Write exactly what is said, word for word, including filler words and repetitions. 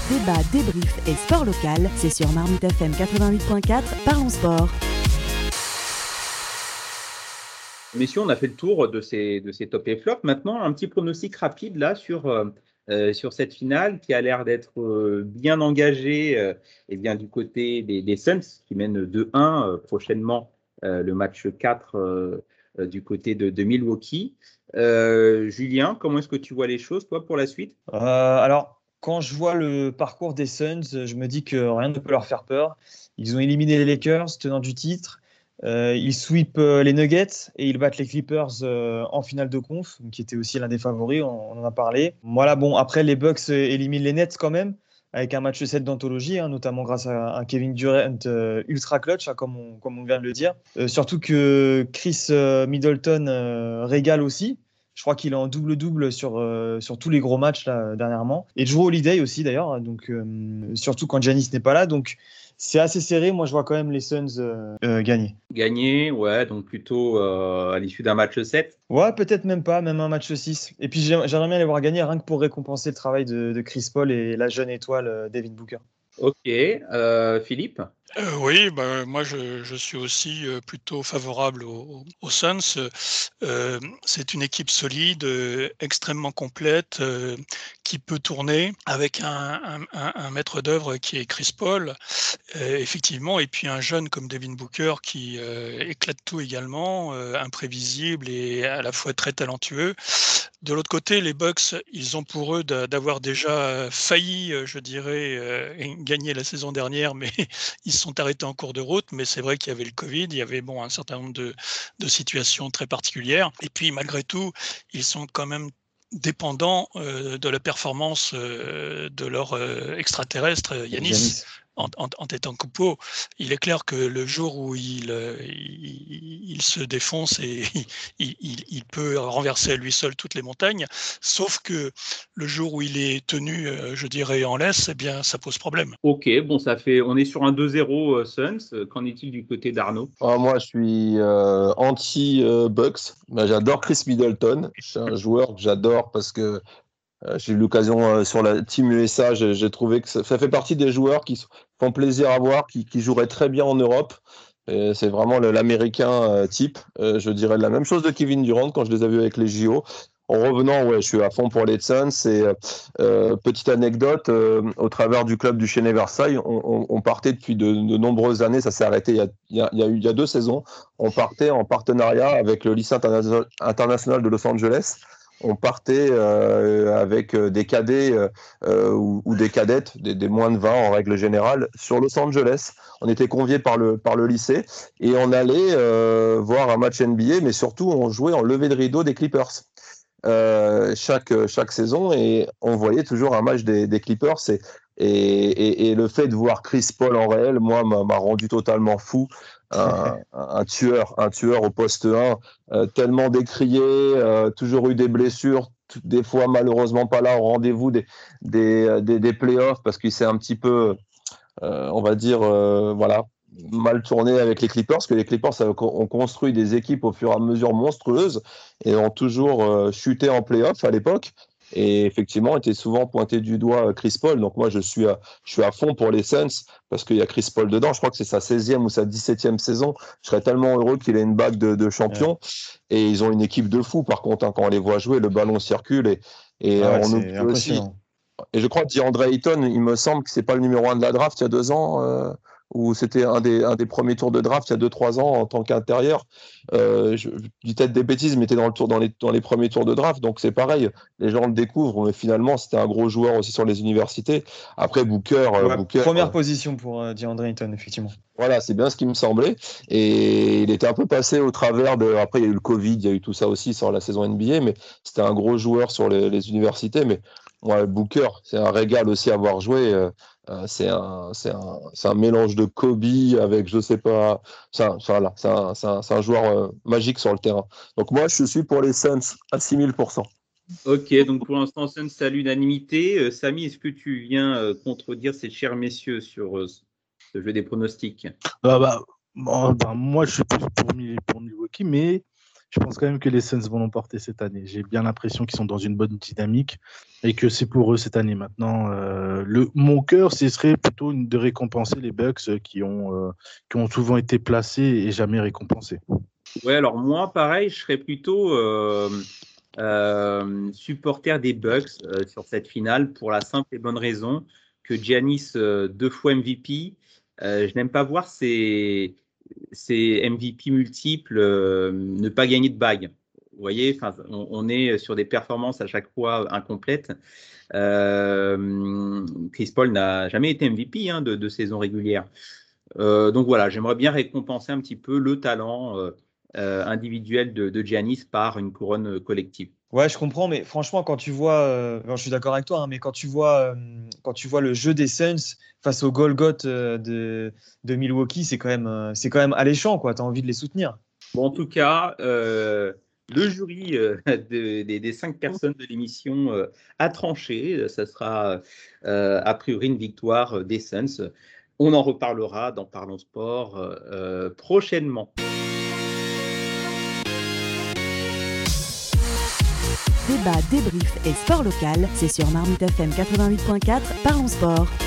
Débat, débrief et sport local, c'est sur Marmite F M quatre-vingt-huit virgule quatre, parlons sport. Messieurs, on a fait le tour de ces, de ces top et flop. Maintenant, un petit pronostic rapide là sur, euh, euh, sur cette finale qui a l'air d'être euh, bien engagée euh, et bien du côté des, des Suns qui mènent deux un euh, prochainement euh, le match quatre euh, euh, du côté de, de Milwaukee. Euh, Julien, comment est-ce que tu vois les choses toi pour la suite? Euh, alors, quand je vois le parcours des Suns, je me dis que rien ne peut leur faire peur. Ils ont éliminé les Lakers, tenants du titre. Euh, ils sweepent euh, les Nuggets et ils battent les Clippers euh, en finale de conf, qui était aussi l'un des favoris, on, on en a parlé. Voilà, bon, après, les Bucks euh, éliminent les Nets quand même, avec un match sept d'anthologie, hein, notamment grâce à un Kevin Durant euh, ultra clutch, hein, comme, on, comme on vient de le dire. Euh, surtout que Chris euh, Middleton euh, régale aussi. Je crois qu'il est en double-double sur, euh, sur tous les gros matchs là, dernièrement. Et Drew Holiday aussi d'ailleurs, hein, donc, euh, surtout quand Giannis n'est pas là. Donc c'est assez serré. Moi, je vois quand même les Suns euh, euh, gagner. Gagner, ouais, donc plutôt euh, à l'issue d'un match sept. Ouais, peut-être même pas, même un match six. Et puis j'aimerais bien les voir gagner rien que pour récompenser le travail de, de Chris Paul et la jeune étoile euh, Devin Booker. Ok, euh, Philippe? Euh, oui, bah, moi je, je suis aussi euh, plutôt favorable aux, aux Suns. Euh, c'est une équipe solide, euh, extrêmement complète, euh, qui peut tourner avec un, un, un, un maître d'œuvre qui est Chris Paul, euh, effectivement, et puis un jeune comme Devin Booker qui euh, éclate tout également, euh, imprévisible et à la fois très talentueux. De l'autre côté, les Bucks, ils ont pour eux d'avoir déjà failli, je dirais, euh, gagner la saison dernière, mais ils se sont arrêtés en cours de route. Mais c'est vrai qu'il y avait le Covid, il y avait bon, un certain nombre de, de situations très particulières. Et puis, malgré tout, ils sont quand même dépendants euh, de la performance euh, de leur euh, extraterrestre, Yanis. Giannis. En, en, en Antetokounmpo, il est clair que le jour où il, il, il se défonce et il, il, il peut renverser à lui seul toutes les montagnes, sauf que le jour où il est tenu, je dirais, en laisse, eh bien, ça pose problème. Ok, bon, ça fait, on est sur un deux zéro euh, Suns. Qu'en est-il du côté d'Arnaud? Ah, moi, je suis euh, anti-Bucks. Ben, j'adore Chris Middleton. C'est un joueur que j'adore parce que euh, j'ai eu l'occasion euh, sur la Team U S A. J'ai, j'ai trouvé que ça, ça fait partie des joueurs qui font plaisir à voir, qui, qui joueraient très bien en Europe. Et c'est vraiment le, l'américain euh, type. Euh, je dirais la même chose de Kevin Durant quand je les ai vus avec les J O. En revenant, ouais, je suis à fond pour les Suns. C'est euh, petite anecdote, euh, au travers du club du Chêne et Versailles, on, on, on partait depuis de, de nombreuses années. Ça s'est arrêté il y, a, il, y a, il y a eu il y a deux saisons. On partait en partenariat avec le lycée interna- international de Los Angeles. On partait euh, avec des cadets euh, ou, ou des cadettes, des, des moins de vingt en règle générale, sur Los Angeles. On était conviés par le, par le lycée et on allait euh, voir un match N B A, mais surtout on jouait en levée de rideau des Clippers. Euh, chaque, chaque saison et on voyait toujours un match des, des Clippers et, et, et, et le fait de voir Chris Paul en réel, moi, m'a, m'a rendu totalement fou. Un, un tueur, un tueur au poste un, euh, tellement décrié, euh, toujours eu des blessures, t- des fois malheureusement pas là au rendez-vous des, des, des, des playoffs parce qu'il s'est un petit peu, euh, on va dire, euh, voilà, mal tourné avec les Clippers, parce que les Clippers ont construit des équipes au fur et à mesure monstrueuses et ont toujours euh, chuté en playoff à l'époque. Et effectivement, était souvent pointé du doigt Chris Paul. Donc moi, je suis à, je suis à fond pour les Suns parce qu'il y a Chris Paul dedans. Je crois que c'est sa seizième ou sa dix-septième saison. Je serais tellement heureux qu'il ait une bague de, de champion. Ouais. Et ils ont une équipe de fous. Par contre, hein, quand on les voit jouer, le ballon circule et, et Ah ouais, on c'est oublie aussi. impressionnant. Et je crois que DeAndre Ayton, il me semble que c'est pas le numéro un de la draft il y a deux ans, euh, ou c'était un des, un des premiers tours de draft il y a deux, trois ans en tant qu'intérieur. Euh, je, je dis peut-être des bêtises, mais il était dans, le tour, dans, les, dans les premiers tours de draft, donc c'est pareil. Les gens le découvrent, mais finalement, c'était un gros joueur aussi sur les universités. Après, Booker. Ouais, euh, Booker première euh, position pour euh, DeAndre Ayton, effectivement. Voilà, c'est bien ce qui me semblait. Et il était un peu passé au travers de. Après, il y a eu le Covid, il y a eu tout ça aussi sur la saison N B A, mais c'était un gros joueur sur les, les universités. Mais ouais, Booker, c'est un régal aussi à voir jouer. Euh, c'est, un, c'est, un, c'est un mélange de Kobe avec, je sais pas. C'est un, voilà, c'est un, c'est un, c'est un joueur euh, magique sur le terrain. Donc, moi, je suis pour les Suns à six mille pour cent. Ok, donc pour l'instant, Suns, c'est à l'unanimité. Euh, Samy, est-ce que tu viens euh, contredire ces chers messieurs sur euh, ce jeu des pronostics? Ah bah, bon, bah, moi, je suis plus pour, pour Milwaukee, mais je pense quand même que les Suns vont l'emporter cette année. J'ai bien l'impression qu'ils sont dans une bonne dynamique et que c'est pour eux cette année. Maintenant, euh, le, mon cœur, ce serait plutôt de récompenser les Bucks qui ont, euh, qui ont souvent été placés et jamais récompensés. Ouais, alors moi, pareil, je serais plutôt euh, euh, supporter des Bucks euh, sur cette finale pour la simple et bonne raison que Giannis, euh, deux fois M V P, euh, je n'aime pas voir ces, ces M V P multiples euh, ne pas gagner de bague. Vous voyez, on, on est sur des performances à chaque fois incomplètes. Euh, Chris Paul n'a jamais été M V P hein, de, de saison régulière. Euh, donc voilà, j'aimerais bien récompenser un petit peu le talent euh, euh, individuel de, de Giannis par une couronne collective. Ouais, je comprends, mais franchement, quand tu vois, euh, bon, je suis d'accord avec toi, hein, mais quand tu vois, euh, quand tu vois le jeu des Suns face au Golgoth euh, de, de Milwaukee, c'est quand même, euh, c'est quand même alléchant, quoi. T'as envie de les soutenir. Bon, en tout cas, euh, le jury euh, de, des, des cinq personnes de l'émission euh, a tranché. Ça sera euh, a priori une victoire des Suns. On en reparlera dans Parlons Sport euh, prochainement. Débat, débrief et sport local, c'est sur Marmite F M quatre-vingt-huit point quatre, Parlons Sport.